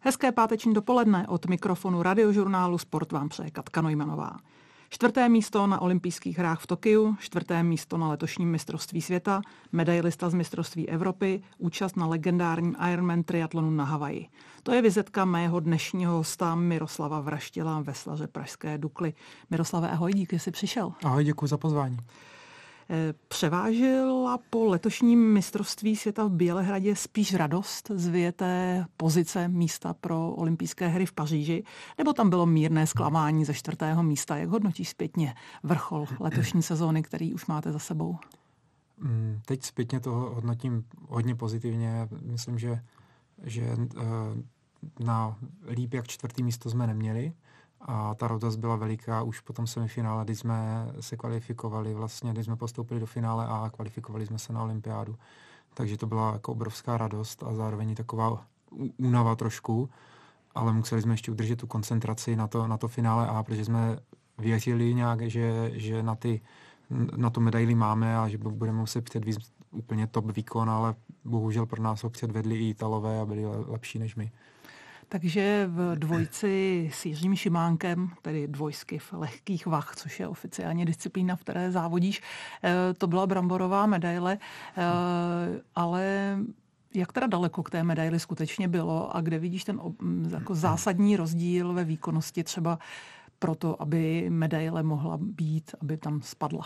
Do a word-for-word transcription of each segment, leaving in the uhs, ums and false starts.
Hezké páteční dopoledne od mikrofonu Radiožurnálu Sport vám přeje Katka Neumannová. Čtvrté místo na olympijských hrách v Tokiu, čtvrté místo na letošním mistrovství světa, medailista z mistrovství Evropy, účast na legendárním Ironman triatlonu na Havaji. To je vizitka mého dnešního hosta Miroslava Vraštila, veslaře pražské Dukly. Miroslave, ahoj, díky, že jsi přišel. Ahoj, děkuji za pozvání. Převážila po letošním mistrovství světa v Bělehradě spíš radost z vyjeté pozice místa pro olympijské hry v Paříži, nebo tam bylo mírné zklamání ze čtvrtého místa? Jak hodnotíš zpětně vrchol letošní sezóny, který už máte za sebou? Teď zpětně toho hodnotím hodně pozitivně. Myslím, že, že na líp jak čtvrtý místo jsme neměli. A ta radost byla veliká už po tom semifinále, kdy jsme se kvalifikovali, vlastně, kdy jsme postoupili do finále a kvalifikovali jsme se na olympiádu. Takže to byla jako obrovská radost a zároveň taková únava trošku, ale museli jsme ještě udržet tu koncentraci na to, na to finále A, protože jsme věřili nějak, že, že na, ty, na tu medaili máme a že budeme muset předvízt úplně top výkon, ale bohužel pro nás ho předvedli i Italové a byli lepší než my. Takže v dvojci s Jiřím Šimánkem, tedy dvojsky v lehkých vah, což je oficiálně disciplína, v které závodíš, to byla bramborová medaile, ale jak teda daleko k té medaili skutečně bylo a kde vidíš ten jako zásadní rozdíl ve výkonnosti třeba proto, aby medaile mohla být, aby tam spadla?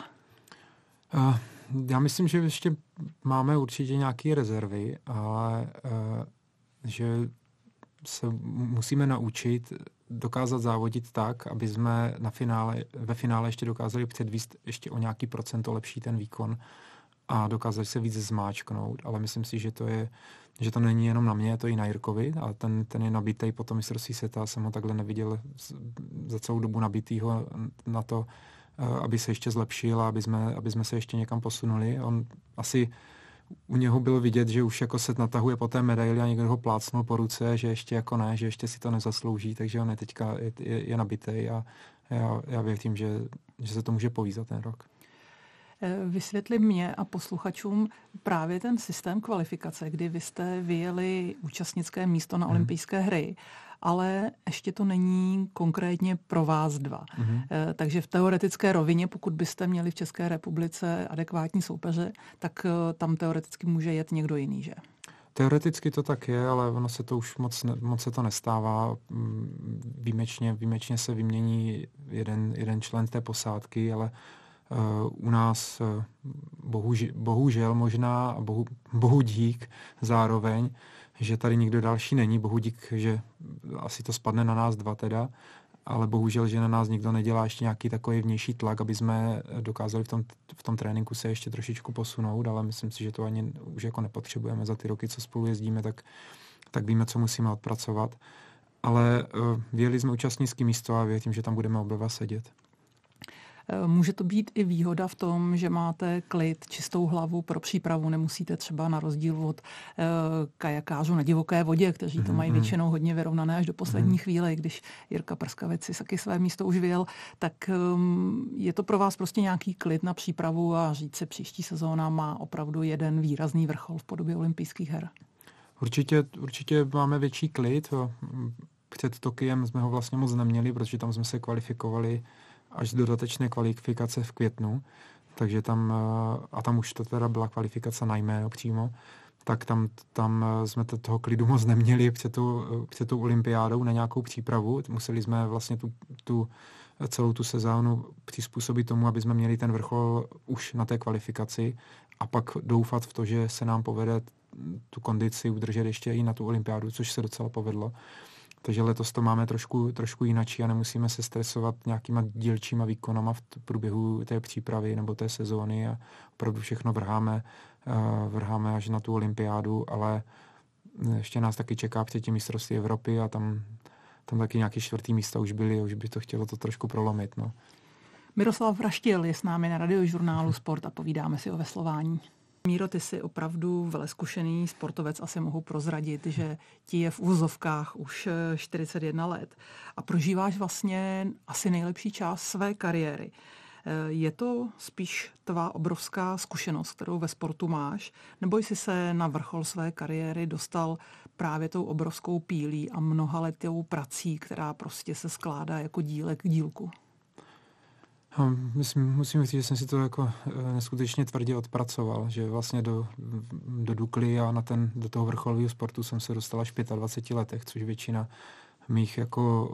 Já myslím, že ještě máme určitě nějaké rezervy, ale že se musíme naučit dokázat závodit tak, aby jsme na finále, ve finále ještě dokázali předvíst ještě o nějaký procento lepší ten výkon a dokázali se víc zmáčknout, ale myslím si, že to je, že to není jenom na mě, je to i na Jirkovi a ten, ten je nabitej po tom mistrovství světa, jsem ho takhle neviděl za celou dobu nabitýho na to, aby se ještě zlepšil a aby jsme, aby jsme se ještě někam posunuli. On asi u něho bylo vidět, že už jako se natahuje po té medaili a někdo ho plácnul po ruce, že ještě jako ne, že ještě si to nezaslouží, takže on je teďka je, je, je nabitej a já, já věřím, že, že se to může povíst za ten rok. Vysvětli mě a posluchačům právě ten systém kvalifikace, kdy vy jste vyjeli účastnické místo na olympijské hry, ale ještě to není konkrétně pro vás dva. Mm-hmm. Takže v teoretické rovině, pokud byste měli v České republice adekvátní soupeře, tak tam teoreticky může jet někdo jiný, že? Teoreticky to tak je, ale ono se to už moc, moc se to nestává. Výjimečně, výjimečně se vymění jeden, jeden člen té posádky, ale uh, u nás uh, bohužel, bohužel možná a bohu, bohu dík zároveň, že tady nikdo další není, bohu dík, že asi to spadne na nás dva teda, ale bohužel, že na nás nikdo nedělá ještě nějaký takový vnější tlak, aby jsme dokázali v tom, v tom tréninku se ještě trošičku posunout, ale myslím si, že to ani už jako nepotřebujeme za ty roky, co spolu jezdíme, tak, tak víme, co musíme odpracovat. Ale uh, vyjeli jsme účastnické místo a věřím, že tam budeme oba dva sedět. Může to být i výhoda v tom, že máte klid, čistou hlavu pro přípravu, nemusíte třeba na rozdíl od uh, kajakářů na divoké vodě, kteří to mají většinou hodně vyrovnané až do poslední chvíle, když Jirka Prskavec si taky své místo už vyjel, tak um, je to pro vás prostě nějaký klid na přípravu a říct si, příští sezóna má opravdu jeden výrazný vrchol v podobě olympijských her. Určitě, určitě máme větší klid. Před Tokiem jsme ho vlastně moc neměli, protože tam jsme se kvalifikovali až dodatečné kvalifikace v květnu, takže tam, a tam už to teda byla kvalifikace na jméno přímo, tak tam, tam jsme toho klidu moc neměli před tou, před tou olympiádou na nějakou přípravu. Museli jsme vlastně tu, tu celou tu sezónu přizpůsobit tomu, aby jsme měli ten vrchol už na té kvalifikaci a pak doufat v to, že se nám povede tu kondici udržet ještě i na tu olympiádu, což se docela povedlo. Takže letos to máme trošku, trošku jinačí a nemusíme se stresovat nějakýma dílčíma výkonama v průběhu té přípravy nebo té sezóny a opravdu všechno vrháme, vrháme až na tu olympiádu, ale ještě nás taky čeká před tím mistrovství Evropy a tam, tam taky nějaký čtvrtý místa už byly a už by to chtělo to trošku prolomit. No. Miroslav Vraštil je s námi na Radiožurnálu Sport a povídáme si o veslování. Míro, ty jsi opravdu velezkušený sportovec, asi mohu prozradit, že ti je v úvozovkách už čtyřicet jedna let a prožíváš vlastně asi nejlepší část své kariéry. Je to spíš tvá obrovská zkušenost, kterou ve sportu máš, nebo jsi se na vrchol své kariéry dostal právě tou obrovskou pílí a mnohaletou prací, která prostě se skládá jako dílek k dílku? Myslím, musím říct, že jsem si to jako neskutečně tvrdě odpracoval, že vlastně do, do Dukly a na ten, do toho vrcholového sportu jsem se dostal až v dvaceti pěti letech, což většina mých jako,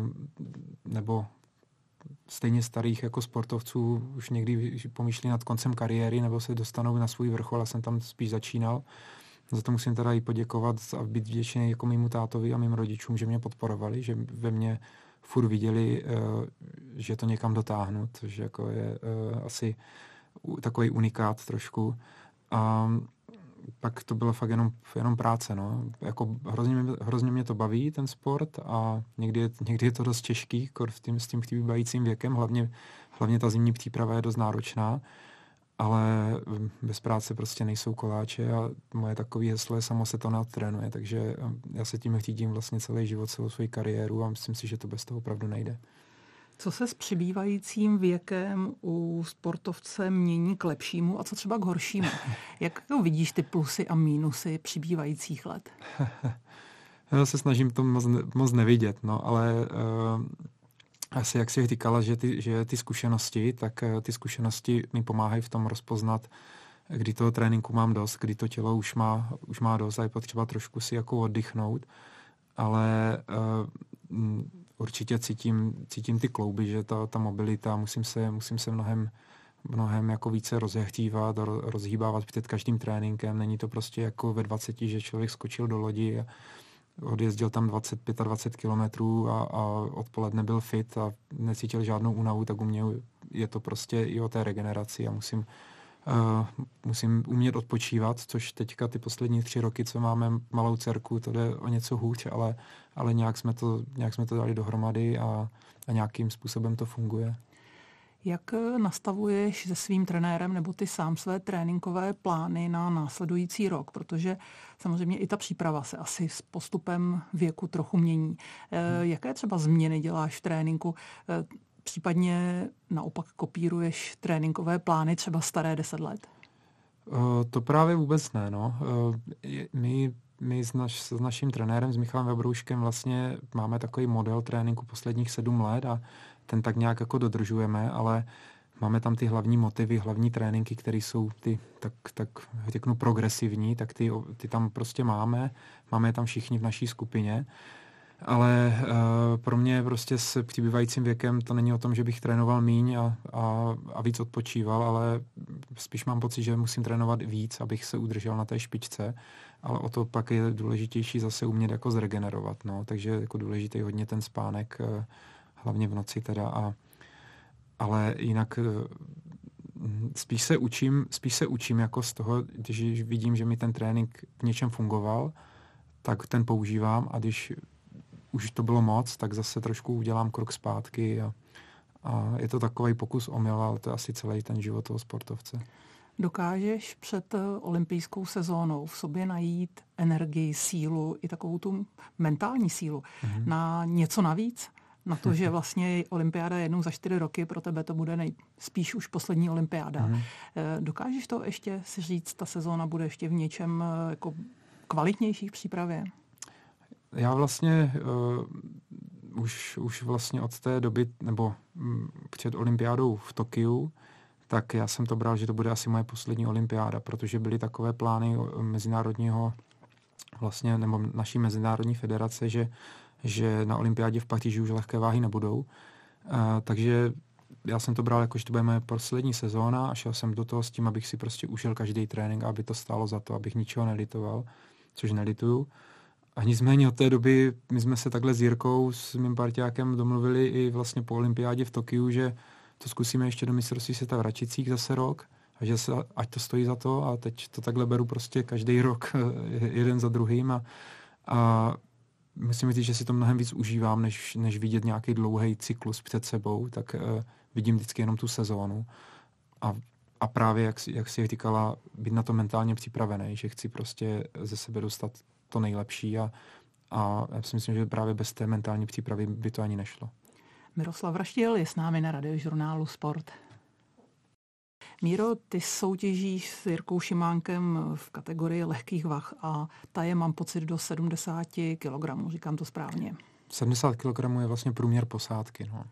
nebo stejně starých jako sportovců už někdy pomýšlí nad koncem kariéry nebo se dostanou na svůj vrchol a jsem tam spíš začínal. Za to musím teda i poděkovat a být vděčný jako mému tátovi a mým rodičům, že mě podporovali, že ve mně furt viděli, že to někam dotáhnu, což jako je asi takový unikát trošku. A pak to bylo fakt jenom, jenom práce. No. Jako hrozně, hrozně mě to baví, ten sport, a někdy je, někdy je to dost těžký, s tím, s tím přibývajícím věkem, hlavně, hlavně ta zimní příprava je dost náročná, ale bez práce prostě nejsou koláče a moje takové heslo je samo se to natrénuje, takže já se tím řídím vlastně celý život, celou svou kariéru a myslím si, že to bez toho opravdu nejde. Co se s přibývajícím věkem u sportovce mění k lepšímu a co třeba k horšímu? Jak vidíš ty plusy a mínusy přibývajících let? Já se snažím to moc, moc nevidět, no, ale uh, asi jak jsi říkala, že ty, že ty zkušenosti, tak uh, ty zkušenosti mi pomáhají v tom rozpoznat, kdy toho tréninku mám dost, kdy to tělo už má, už má dost a je potřeba trošku si jako oddychnout, ale uh, určitě cítím, cítím ty klouby, že ta, ta mobilita, musím se, musím se mnohem, mnohem jako více rozehřívat a rozhýbávat před každým tréninkem. Není to prostě jako ve dvaceti, že člověk skočil do lodi a odjezdil tam dvacet, dvacet pět kilometrů a, a odpoledne byl fit a necítil žádnou únavu, tak u mě je to prostě i o té regeneraci a musím, uh, musím umět odpočívat, což teďka ty poslední tři roky, co máme malou dcerku, to jde o něco hůř, ale, ale nějak, jsme to, nějak jsme to dali dohromady a, a nějakým způsobem to funguje. Jak nastavuješ se svým trenérem nebo ty sám své tréninkové plány na následující rok? Protože samozřejmě i ta příprava se asi s postupem věku trochu mění. Hmm. Jaké třeba změny děláš v tréninku? Případně naopak kopíruješ tréninkové plány třeba staré deset let? To právě vůbec ne. No. My, my s, naš, s naším trenérem, s Michalem Vebrouškem vlastně máme takový model tréninku posledních sedm let a ten tak nějak jako dodržujeme, ale máme tam ty hlavní motivy, hlavní tréninky, které jsou ty, tak, tak řeknu, progresivní, tak ty, ty tam prostě máme. Máme je tam všichni v naší skupině. Ale uh, pro mě prostě s přibývajícím věkem to není o tom, že bych trénoval míň a, a, a víc odpočíval, ale spíš mám pocit, že musím trénovat víc, abych se udržel na té špičce, ale o to pak je důležitější zase umět jako zregenerovat, no, takže jako důležitý hodně ten spánek, uh, hlavně v noci teda, a, ale jinak uh, spíš se učím, spíš se učím jako z toho, když vidím, že mi ten trénink v něčem fungoval, tak ten používám a když už to bylo moc, tak zase trošku udělám krok zpátky a, a je to takový pokus omyl, ale to je asi celý ten život toho sportovce. Dokážeš před olympijskou sezónou v sobě najít energii, sílu i takovou tu mentální sílu mm-hmm. na něco navíc? Na to, že vlastně olympiáda jednou za čtyři roky, pro tebe to bude nejspíš už poslední olympiáda. Mm-hmm. Dokážeš to ještě si říct, ta sezóna bude ještě v něčem jako kvalitnější v přípravě? Já vlastně uh, už, už vlastně od té doby, nebo um, před olympiádou v Tokiu, tak já jsem to bral, že to bude asi moje poslední olympiáda, protože byly takové plány mezinárodního, vlastně, nebo naší mezinárodní federace, že, že na olympiádě v Paříži už lehké váhy nebudou. Uh, takže já jsem to bral jako, že to bude moje poslední sezóna a šel jsem do toho s tím, abych si prostě užil každý trénink, aby to stálo za to, abych ničeho nelitoval, což nelituju. A nicméně od té doby my jsme se takhle s Jirkou, s mým parťákem domluvili i vlastně po olympiádě v Tokiu, že to zkusíme ještě do mistrovství světa v Račicích zase rok a že se, ať to stojí za to, a teď to takhle beru prostě každý rok jeden za druhým a, a musím říct, že si to mnohem víc užívám, než, než vidět nějaký dlouhý cyklus před sebou, tak uh, vidím vždycky jenom tu sezónu a, a právě, jak, jak jsi říkala, být na to mentálně připravený, že chci prostě ze sebe dostat to nejlepší a, a já si myslím, že právě bez té mentální přípravy by to ani nešlo. Miroslav Raštil je s námi na radiožurnálu Sport. Míro, ty soutěžíš s Jirkou Šimánkem v kategorii lehkých vah a ta je, mám pocit, do sedmdesát kilogramů, říkám to správně. sedmdesát kilogramů je vlastně průměr posádky. No.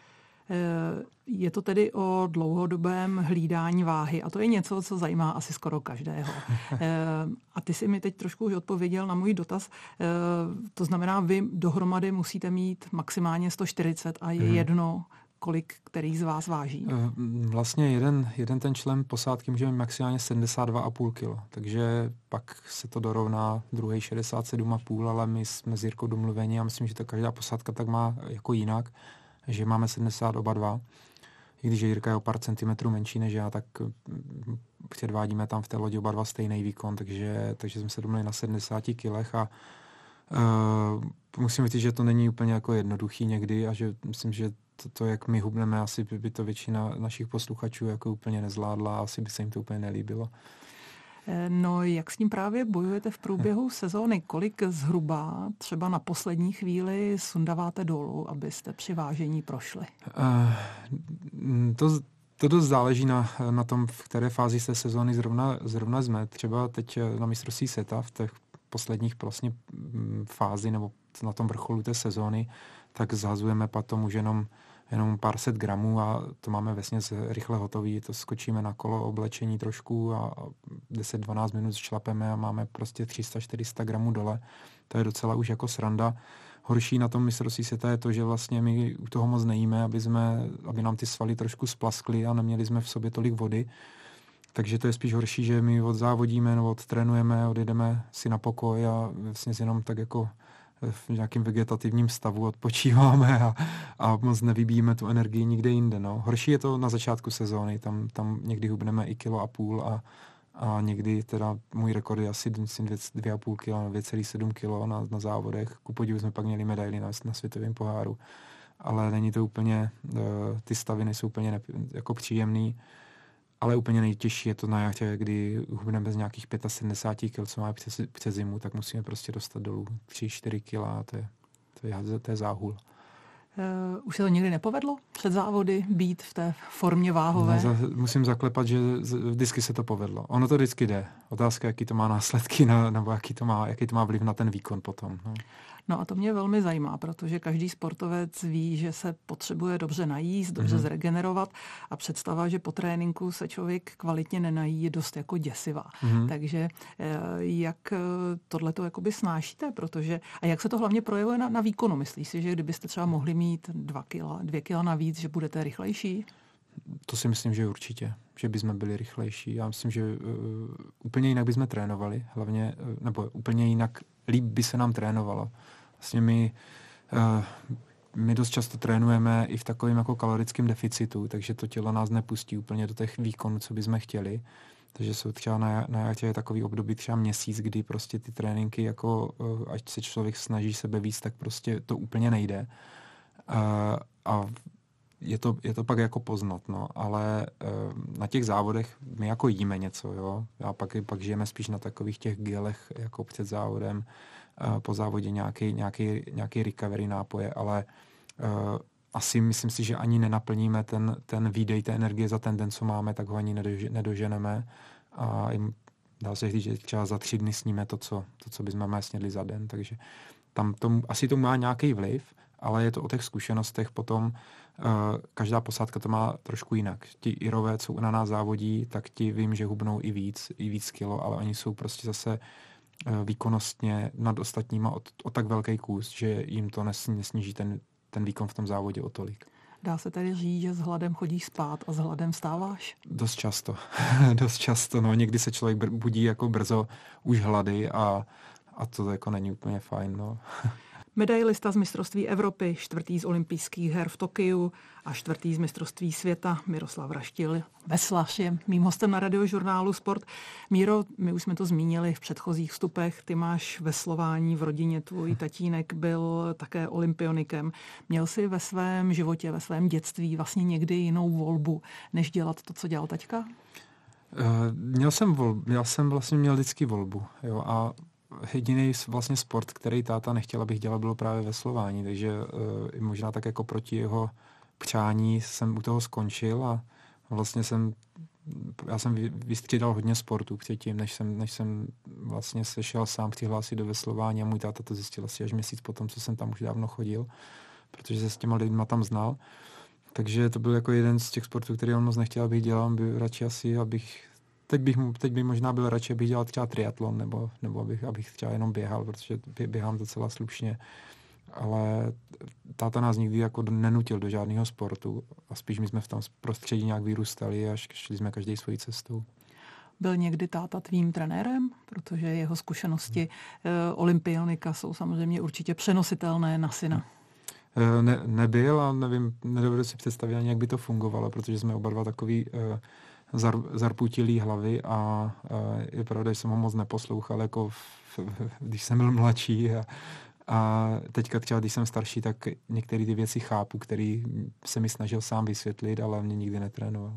Je to tedy o dlouhodobém hlídání váhy a to je něco, co zajímá asi skoro každého. A ty si mi teď trošku už odpověděl na můj dotaz. To znamená, vy dohromady musíte mít maximálně sto čtyřicet a je jedno, kolik který z vás váží? Vlastně jeden, jeden ten člen posádky může mít maximálně sedmdesát dva celá pět kilo, takže pak se to dorovná druhý šedesát sedm celá pět, ale my jsme s Jirkou domluveni a myslím, že to každá posádka tak má jako jinak, že máme sedmdesát oba dva. I když Jirka je o pár centimetrů menší než já, tak předvádíme tam v té lodi oba dva stejný výkon, takže, takže jsme se domluvili na sedmdesáti kilech a uh, musím říct, že to není úplně jako jednoduchý někdy a že myslím, že to, to jak my hubneme, asi by to většina našich posluchačů jako úplně nezvládla a asi by se jim to úplně nelíbilo. No, jak s tím právě bojujete v průběhu sezóny? Kolik zhruba třeba na poslední chvíli sundáváte dolů, abyste při vážení prošli? Uh, to, to dost záleží na, na tom, v které fázi té sezóny zrovna, zrovna jsme. Třeba teď na mistrovství světa v těch posledních vlastně fázi nebo na tom vrcholu té sezóny, tak zhazujeme potom už jenom jenom pár set gramů a to máme vesměs rychle hotový, to skočíme na kolo, oblečení trošku a deset dvanáct minut šlapeme a máme prostě tři sta čtyři sta gramů dole. To je docela už jako sranda. Horší na tom mistrovství světa je to, že vlastně my u toho moc nejíme, aby, jsme, aby nám ty svaly trošku splaskly a neměli jsme v sobě tolik vody. Takže to je spíš horší, že my odzávodíme nebo odtrénujeme, odjedeme si na pokoj a vlastně jenom tak jako v nějakém vegetativním stavu odpočíváme a, a moc nevybíjíme tu energii nikde jinde. No. Horší je to na začátku sezóny, tam, tam někdy hubneme i kilo a půl a, a někdy teda můj rekord je asi dvě a půl kila, dvě celá sedm kilo na, na závodech. Ku podivu jsme pak měli medaily na, na světovém poháru, ale není to úplně, ty stavy nejsou úplně ne, jako příjemný. Ale úplně nejtěžší je to na jachtě, kdy hubneme bez nějakých sedmdesát pět kil, co máme přes, přes zimu, tak musíme prostě dostat dolů tři čtyři kila a to je, to je, to je záhul. Uh, už se to nikdy nepovedlo před závody být v té formě váhové? No, za, musím zaklepat, že vždycky se to povedlo. Ono to vždycky jde. Otázka, jaký to má následky na, nebo jaký to má, jaký to má vliv na ten výkon potom. No. No a to mě velmi zajímá, protože každý sportovec ví, že se potřebuje dobře najíst, dobře mm-hmm. zregenerovat a představa, že po tréninku se člověk kvalitně nenají, je dost jako děsivá. Mm-hmm. Takže jak tohleto jakoby snášíte, protože a jak se to hlavně projevuje na, na výkonu? Myslíš si, že kdybyste třeba mohli mít dva kila, dvě kila navíc, že budete rychlejší? To si myslím, že určitě, že bychom byli rychlejší. Já myslím, že uh, úplně jinak bychom trénovali, hlavně, uh, nebo úplně jinak líp by se nám trénovalo. Vlastně my, uh, my dost často trénujeme i v takovém jako kalorickém deficitu, takže to tělo nás nepustí úplně do těch výkonů, co bychom chtěli. Takže jsou třeba na, na jachtě takový období třeba měsíc, kdy prostě ty tréninky, jako uh, ať se člověk snaží sebe víc, tak prostě to úplně nejde. Uh, a Je to, je to pak jako poznat, no, ale e, na těch závodech my jako jíme něco, jo, a pak, pak žijeme spíš na takových těch gelech, jako před závodem, e, po závodě nějaký, nějaký, nějaký recovery nápoje, ale e, asi myslím si, že ani nenaplníme ten, ten výdej té energie za ten den, co máme, tak ho ani nedož, nedoženeme a jim, dá se říct, že třeba za tři dny sníme to, co, to, co bychom máme snědli za den, takže tam tomu, asi to má nějaký vliv, ale je to o těch zkušenostech potom. Uh, každá posádka to má trošku jinak. Ti Irové, co na nás závodí, tak ti vím, že hubnou i víc, i víc kilo, ale oni jsou prostě zase uh, výkonnostně nad ostatníma o, o tak velký kus, že jim to nes, nesníží ten, ten výkon v tom závodě o tolik. Dá se tedy říct, že s hladem chodíš spát a s hladem vstáváš? Dost často. Dost často. No, někdy se člověk br- budí jako brzo už hlady a, a to jako není úplně fajn. No. Medailista z mistrovství Evropy, čtvrtý z olympijských her v Tokiu a čtvrtý z mistrovství světa Miroslav Raštil. Veslař je mým hostem na Radiožurnálu Sport. Míro, my už jsme to zmínili v předchozích vstupech, ty máš veslování v rodině, tvůj tatínek byl také olympionikem. Měl jsi ve svém životě, ve svém dětství vlastně někdy jinou volbu, než dělat to, co dělal taťka? Uh, měl jsem volbu, já jsem vlastně měl vždycky volbu, jo, a jediný vlastně sport, který táta nechtěl, abych dělal, bylo právě veslování, takže uh, možná tak jako proti jeho přání jsem u toho skončil a vlastně jsem já jsem vystřídal hodně sportů předtím, než jsem, než jsem vlastně se šel sám přihlásit do veslování a můj táta to zjistil asi až měsíc potom, co jsem tam už dávno chodil, protože se s těma lidma tam znal. Takže to byl jako jeden z těch sportů, který on moc nechtěl, abych dělal, by radši asi, abych, teď bych, teď bych možná byl radši, abych dělal třeba triatlon, nebo, nebo abych, abych třeba jenom běhal, protože běhám docela slušně. Ale táta nás nikdy jako nenutil do žádného sportu a spíš my jsme v tom prostředí nějak vyrůstali a šli jsme každý svojí cestou. Byl někdy táta tvým trenérem? Protože jeho zkušenosti hmm. olympionika jsou samozřejmě určitě přenositelné na syna. Ne, nebyl a nevím, nedovedu si představit ani, jak by to fungovalo, protože jsme oba dva takový uh, zar, zarputilý hlavy a uh, je pravda, že jsem ho moc neposlouchal, jako v, v, když jsem byl mladší a A teďka třeba, když jsem starší, tak některé ty věci chápu, které se mi snažil sám vysvětlit, ale mě nikdy netrénoval.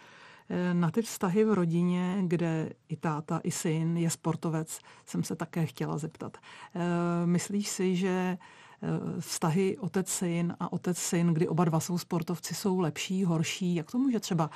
Na ty vztahy v rodině, kde i táta, i syn je sportovec, jsem se také chtěla zeptat. Myslíš si, že vztahy otec-syn a otec-syn, kdy oba dva jsou sportovci, jsou lepší, horší? Jak to může třeba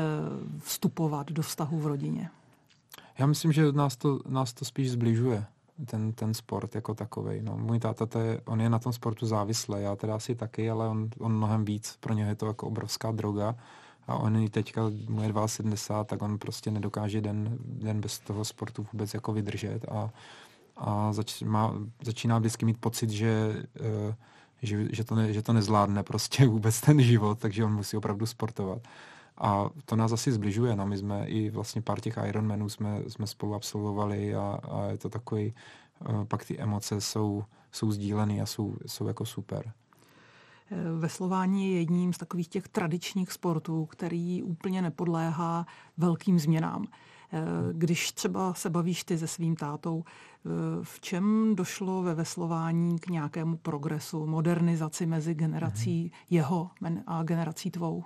vstupovat do vztahu v rodině? Já myslím, že nás to, nás to spíš zbližuje. Ten, ten sport jako takovej. No, můj táta, to je, on je na tom sportu závislý, já teda asi taky, ale on, on mnohem víc. Pro něho je to jako obrovská droga a on i teďka, mu je sedmdesát dva, tak on prostě nedokáže den, den bez toho sportu vůbec jako vydržet a, a zač, má, začíná vždycky mít pocit, že, uh, že, že, to ne, že to nezvládne prostě vůbec ten život, takže on musí opravdu sportovat. A to nás asi zbližuje. No, my jsme i vlastně pár těch Ironmanů jsme, jsme spolu absolvovali a, a je to takový, uh, pak ty emoce jsou, jsou sdílený a jsou, jsou jako super. Veslování je jedním z takových těch tradičních sportů, který úplně nepodléhá velkým změnám. Když třeba se bavíš ty se svým tátou, v čem došlo ve veslování k nějakému progresu, modernizaci mezi generací mm-hmm. jeho a generací tvou?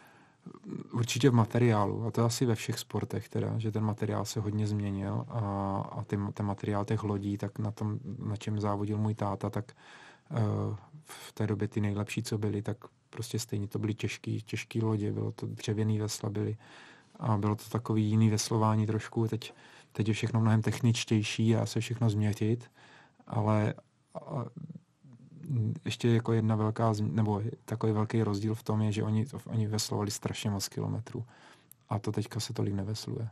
Určitě v materiálu, a to asi ve všech sportech, teda, že ten materiál se hodně změnil a, a ty, ten materiál těch lodí, tak na tom, na čem závodil můj táta, tak uh, v té době ty nejlepší, co byly, tak prostě stejně to byly těžký, těžký lodě, bylo to dřevěný vesla byly a bylo to takový jiný veslování trošku, teď, teď je všechno mnohem techničtější a se všechno změřit, ale a, ještě jako jedna velká, nebo takový velký rozdíl v tom je, že oni, oni veslovali strašně moc kilometrů. A to teďka se tolik nevesluje.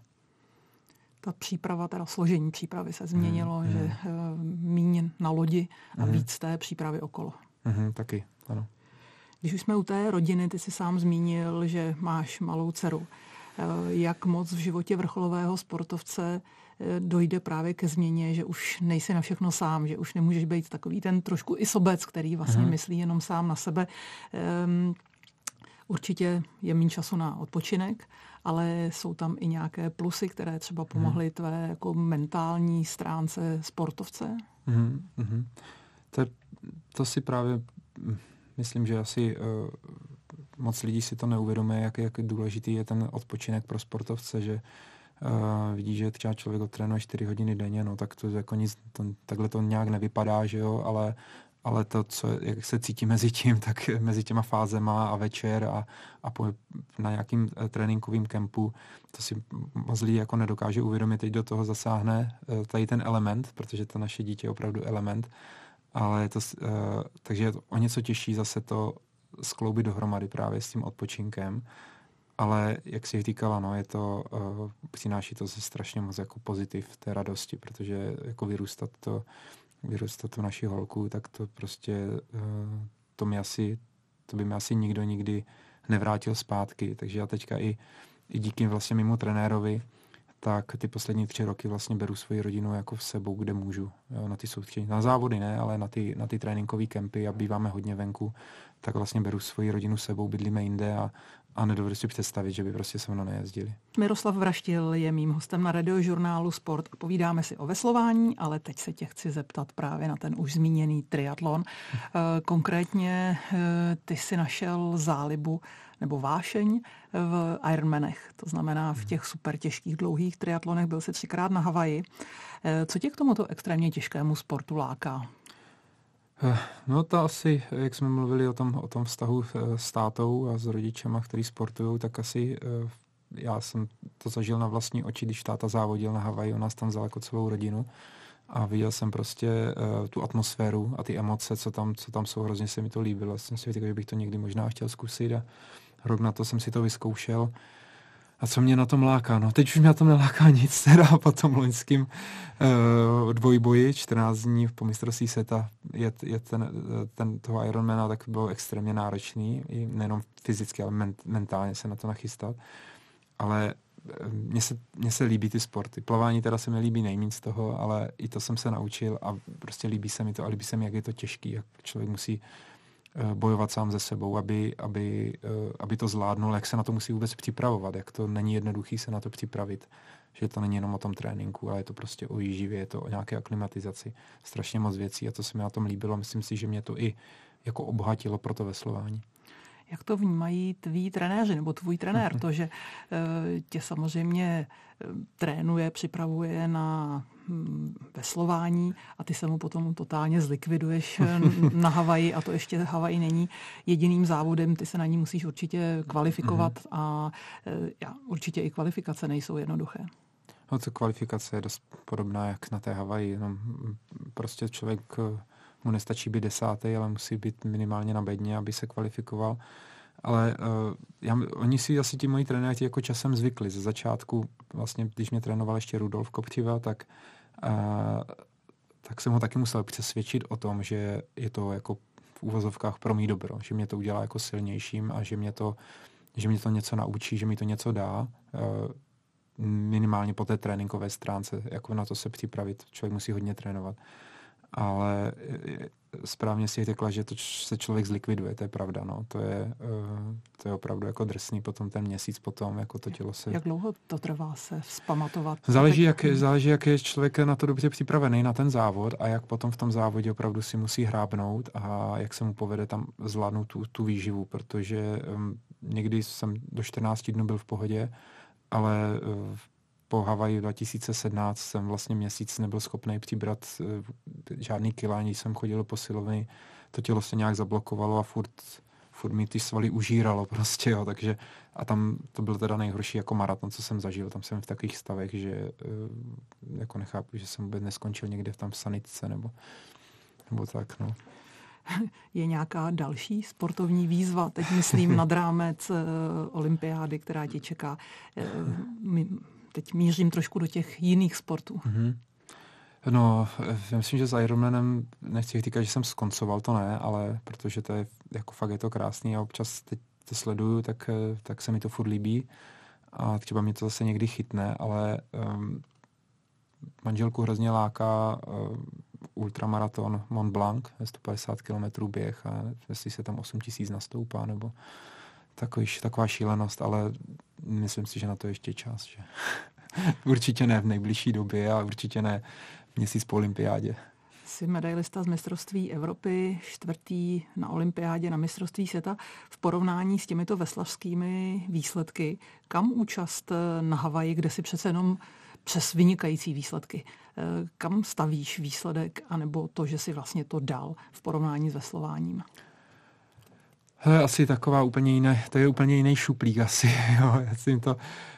Ta příprava, teda složení přípravy se změnilo, mm, že mm. míň na lodi a mm. víc té přípravy okolo. Mm, taky, ano. Když už jsme u té rodiny, ty jsi sám zmínil, že máš malou dceru. Jak moc v životě vrcholového sportovce dojde právě ke změně, že už nejsi na všechno sám, že už nemůžeš být takový ten trošku i sobec, který vlastně mm. myslí jenom sám na sebe. Um, určitě je méně času na odpočinek, ale jsou tam i nějaké plusy, které třeba pomohly mm. tvé jako mentální stránce sportovce? Mm, mm. To, to si právě myslím, že asi uh, moc lidí si to neuvědomuje, jak, jak důležitý je ten odpočinek pro sportovce, že Uh, vidí, že třeba člověk odtrénuje čtyři hodiny denně, no tak to jako nic, to, takhle to nějak nevypadá, že jo, ale, ale to, co, jak se cítí mezi tím, tak mezi těma fázema a večer a, a po, na nějakým uh, tréninkovým kempu, to si moc lidí jako nedokáže uvědomit, teď do toho zasáhne uh, tady ten element, protože to naše dítě je opravdu element, ale je to, uh, takže je to o něco těžší zase to skloubit dohromady právě s tím odpočinkem. Ale jak jsi říkala, no, je to, uh, přináší to se strašně moc jako pozitiv té radosti, protože jako vyrůstat to, vyrůstat to naši holku, tak to prostě, uh, to mi asi, to by mi asi nikdo nikdy nevrátil zpátky. Takže já teďka i, i díky vlastně mému trenérovi, tak ty poslední tři roky vlastně beru svoji rodinu jako v sebou, kde můžu. Jo, na ty soustředění. Na závody ne, ale na ty, na ty tréninkové kempy a býváme hodně venku, tak vlastně beru svoji rodinu s sebou, bydlíme jinde a, a nedovedu si představit, že by prostě se mnou nejezdili. Miroslav Vraštil je mým hostem na radiožurnálu Sport a povídáme si o veslování, ale teď se tě chci zeptat právě na ten už zmíněný triatlon. Konkrétně ty si našel zálibu nebo vášeň v Ironmanech, to znamená v těch super těžkých dlouhých triatlonech, byl jsi třikrát na Havaji. Co tě k tomuto extrémně těžkému sportu láká? No to asi, jak jsme mluvili o tom, o tom vztahu s tátou a s rodičema, který sportujou, tak asi já jsem to zažil na vlastní oči, když táta závodil na Havaji, on nás tam vzal jako celou rodinu a viděl jsem prostě uh, tu atmosféru a ty emoce, co tam, co tam jsou, hrozně se mi to líbilo. Jsem si říkal, že bych to někdy možná chtěl zkusit a rok na to jsem si to vyzkoušel. A co mě na tom láká? No teď už mě na tom neláká nic, teda po tom loňským uh, dvojboji, čtrnáct dní po mistrovství světa je, je ten, ten toho Ironmana, tak bylo extrémně náročný, i nejenom fyzicky, ale ment, mentálně se na to nachystat. Ale mně se, mně se líbí ty sporty. Plavání teda se mi líbí nejméně z toho, ale i to jsem se naučil a prostě líbí se mi to a líbí se mi, jak je to těžký, jak člověk musí bojovat sám ze sebou, aby, aby, aby to zvládnul, jak se na to musí vůbec připravovat, jak to není jednoduchý se na to připravit, že to není jenom o tom tréninku, ale je to prostě o výživě, je to o nějaké aklimatizaci, strašně moc věcí a to se mi na tom líbilo. Myslím si, že mě to i jako obohatilo pro to veslování. Jak to vnímají tví trenéři nebo tvůj trenér? To, že tě samozřejmě trénuje, připravuje na veslování a ty se mu potom totálně zlikviduješ na Havaji a to ještě Havaj není jediným závodem, ty se na ní musíš určitě kvalifikovat a určitě i kvalifikace nejsou jednoduché. No to kvalifikace je dost podobná jak na té Havaji, jenom prostě člověk mu nestačí být desátý, ale musí být minimálně na bedně, aby se kvalifikoval. Ale uh, já, oni si asi ti moji trenéři jako časem zvykli. Ze začátku, vlastně, když mě trénoval ještě Rudolf Kopřiva, tak, uh, tak jsem ho taky musel přesvědčit o tom, že je to jako v úvozovkách pro mý dobro, že mě to udělá jako silnějším a že mě to, že mě to něco naučí, že mi to něco dá. Uh, minimálně po té tréninkové stránce, jako na to se připravit. Člověk musí hodně trénovat. Ale správně si řekla, že to se člověk zlikviduje, to je pravda, no. To je, to je opravdu jako drsný potom ten měsíc potom, jako to tělo se... Jak dlouho to trvá se vzpamatovat? Záleží, jak, záleží, jak je člověk na to dobře připravený, na ten závod a jak potom v tom závodě opravdu si musí hrábnout a jak se mu povede tam zvládnout tu, tu výživu, protože um, někdy jsem do čtrnácti dnů byl v pohodě, ale uh, po Havaji dva tisíce sedmnáct jsem vlastně měsíc nebyl schopný přibrat uh, žádný kila, ani jsem chodil do posilovny, to tělo se nějak zablokovalo a furt, furt mi ty svaly užíralo prostě, jo, takže a tam to byl teda nejhorší jako maraton, co jsem zažil, tam jsem v takových stavech, že uh, jako nechápu, že jsem vůbec neskončil někde tam v sanitce nebo, nebo tak, no. Je nějaká další sportovní výzva, teď myslím nad rámec uh, olympiády, která tě čeká. Uh, teď mířím trošku do těch jiných sportů. Mm-hmm. No, já myslím, že s Ironmanem nechci říkat, že jsem skoncoval, to ne, ale protože to je, jako fakt je to krásný a občas teď to sleduju, tak, tak se mi to furt líbí a třeba mě to zase někdy chytne, ale um, manželku hrozně láká um, ultramaraton Mont Blanc, sto padesát kilometrů běh a jestli se tam osm tisíc nastoupá, nebo takový, taková šílenost, ale myslím si, že na to ještě čas. Že? Určitě ne v nejbližší době a určitě ne měsíc po olympiádě. Jsi medailista z mistrovství Evropy, čtvrtý na olympiádě, na mistrovství světa. V porovnání s těmito veslařskými výsledky, kam účast na Havaji, kde si přece jenom přes vynikající výsledky, kam stavíš výsledek, anebo to, že si vlastně to dal v porovnání s veslováním? Hele, asi taková úplně jiné, to je úplně jiný šuplík asi. Jo. Já jsem to, uh,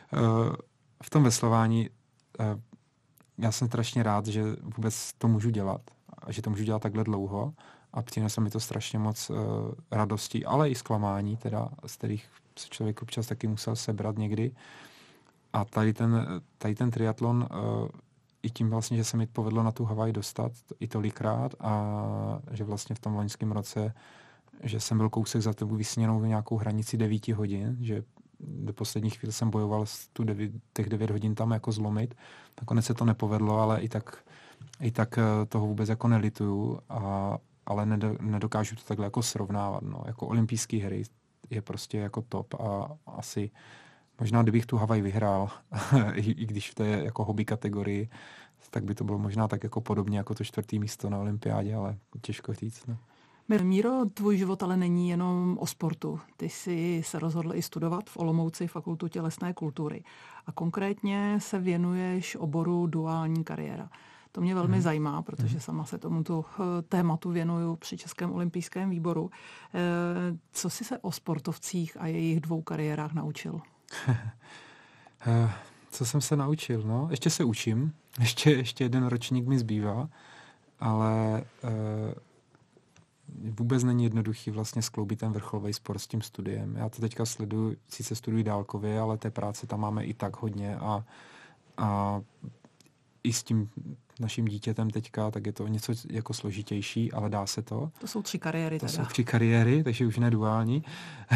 v tom veslování uh, já jsem strašně rád, že vůbec to můžu dělat a že to můžu dělat takhle dlouho a přinese mi to strašně moc uh, radostí, ale i zklamání, teda, z kterých se člověk občas taky musel sebrat někdy. A tady ten, tady ten triatlon uh, i tím vlastně, že se mi povedlo na tu Havaj dostat i tolikrát a že vlastně v tom loňském roce, že jsem byl kousek za tebou vysněnou nějakou hranici devíti hodin, že do posledních chvíl jsem bojoval s tu devět, těch devět hodin tam jako zlomit. Nakonec se to nepovedlo, ale i tak, i tak toho vůbec jako nelituju, a, ale nedokážu to takhle jako srovnávat. No. Jako olympijské hry je prostě jako top a asi možná, kdybych tu Havaj vyhrál, i, i když v té jako hobby kategorii, tak by to bylo možná tak jako podobně jako to čtvrtý místo na olympiádě, ale těžko říct. No. Míro, tvůj život ale není jenom o sportu. Ty jsi se rozhodl i studovat v Olomouci Fakultu tělesné kultury. A konkrétně se věnuješ oboru duální kariéra. To mě velmi hmm. zajímá, protože sama se tomuto tématu věnuju při Českém olympijském výboru. Co jsi se o sportovcích a jejich dvou kariérách naučil? Uh, co jsem se naučil? No, ještě se učím. Ještě, ještě jeden ročník mi zbývá, ale uh, vůbec není jednoduchý vlastně skloubit ten vrcholový sport s tím studiem. Já to teďka sleduju, sice studuji dálkově, ale té práce tam máme i tak hodně a, a i s tím naším dítětem teďka, tak je to něco jako složitější, ale dá se to. To jsou tři kariéry To teda. jsou tři kariéry, takže už ne duální.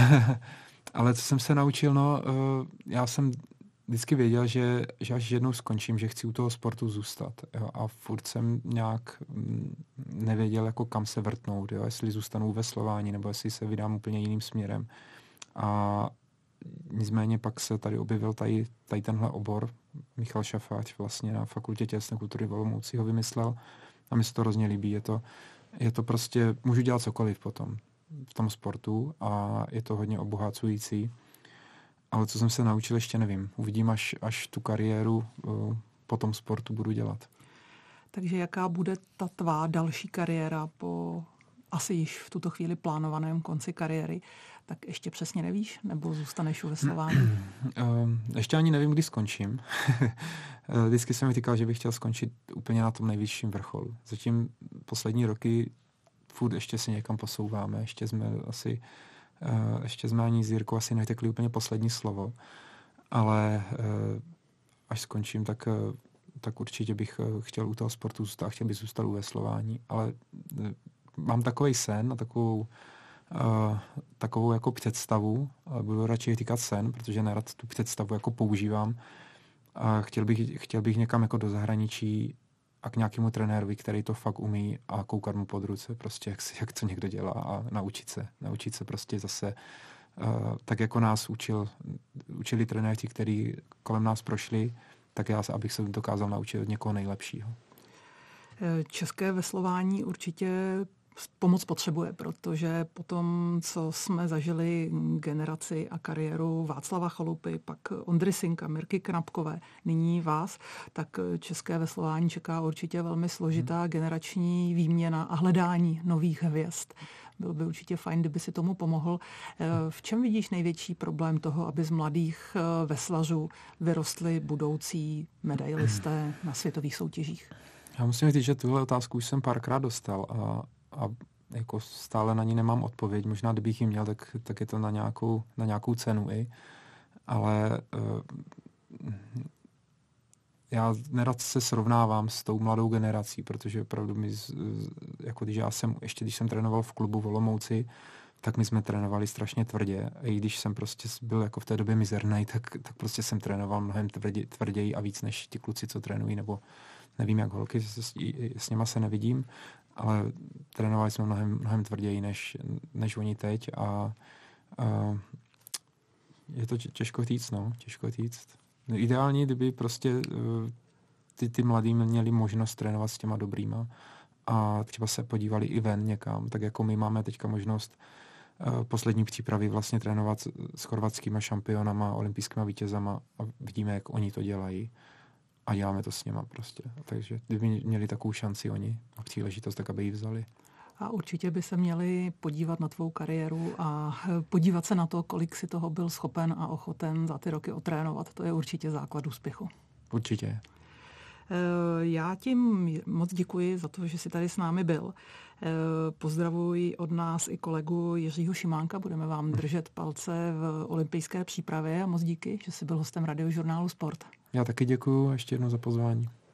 Ale co jsem se naučil, no, já jsem vždycky věděl, že, že až jednou skončím, že chci u toho sportu zůstat. Jo, a furt jsem nějak nevěděl, jako kam se vrtnout, jo, jestli zůstanu ve veslování, nebo jestli se vydám úplně jiným směrem. A nicméně pak se tady objevil tady, tady tenhle obor. Michal Šafáč vlastně na Fakultě tělesné kultury v Olomouci ho vymyslel a mi se to hrozně líbí. Je to, je to prostě, můžu dělat cokoliv potom v tom sportu a je to hodně obohacující. Ale co jsem se naučil, ještě nevím. Uvidím, až, až tu kariéru uh, po tom sportu budu dělat. Takže jaká bude ta tvá další kariéra po asi již v tuto chvíli plánovaném konci kariéry, tak ještě přesně nevíš? Nebo zůstaneš u veslování? Ještě ani nevím, kdy skončím. Vždycky jsem mi říkal, že bych chtěl skončit úplně na tom nejvyšším vrcholu. Zatím poslední roky furt ještě si někam posouváme. Ještě jsme asi, ještě jsme ani s Jirkou asi netekli úplně poslední slovo. Ale až skončím, tak, tak určitě bych chtěl u toho sportu zůstat. Chtěl bych zůstat u veslování. Ale mám takovej sen a takovou Uh, takovou jako představu, uh, budu radši říkat sen, protože nerad tu představu jako používám. A chtěl bych, chtěl bych někam jako do zahraničí a k nějakému trenérovi, který to fakt umí a koukat mu pod ruce, prostě jak, jak to někdo dělá a naučit se. Naučit se prostě zase uh, tak jako nás učil, učili trenéři, kteří kolem nás prošli, tak já, abych se dokázal naučit od někoho nejlepšího. České veslování určitě pomoc potřebuje, protože po tom, co jsme zažili generaci a kariéru Václava Chalupy, pak Ondry Sinka, Mirky Knapkové, nyní vás, tak české veslování čeká určitě velmi složitá hmm. generační výměna a hledání nových hvězd. Bylo by určitě fajn, kdyby si tomu pomohl. V čem vidíš největší problém toho, aby z mladých veslařů vyrostli budoucí medailisté na světových soutěžích? Já musím říct, že tuhle otázku už jsem párkrát dostal a a jako stále na ní nemám odpověď. Možná, kdybych ji měl, tak, tak je to na nějakou, na nějakou cenu i. Ale uh, já nerad se srovnávám s tou mladou generací, protože opravdu mi, jako když já jsem, ještě když jsem trénoval v klubu v Olomouci, tak my jsme trénovali strašně tvrdě. A i když jsem prostě byl jako v té době mizernej, tak, tak prostě jsem trénoval mnohem tvrdě, tvrději a víc než ti kluci, co trénují, nebo nevím, jak holky, s, s něma se nevidím, ale trénovali jsme mnohem, mnohem tvrději, než, než oni teď a, a je to těžko říct, no, těžko říct. Ideální, kdyby prostě ty, ty mladí měli možnost trénovat s těma dobrýma a třeba se podívali i ven někam, tak jako my máme teďka možnost uh, poslední přípravy vlastně trénovat s, s chorvatskýma šampionama, olympijskýma vítězama a vidíme, jak oni to dělají. A děláme to s něma prostě. Takže kdyby měli takovou šanci oni a příležitost, tak aby ji vzali. A určitě by se měli podívat na tvou kariéru a podívat se na to, kolik si toho byl schopen a ochoten za ty roky otrénovat. To je určitě základ úspěchu. Určitě. Já tím moc děkuji za to, že jsi tady s námi byl. Pozdravuji od nás i kolegu Jiřího Šimánka. Budeme vám držet palce v olympijské přípravě a moc díky, že jsi byl hostem Radiožurnálu Sport. Já taky děkuju a ještě jednou za pozvání.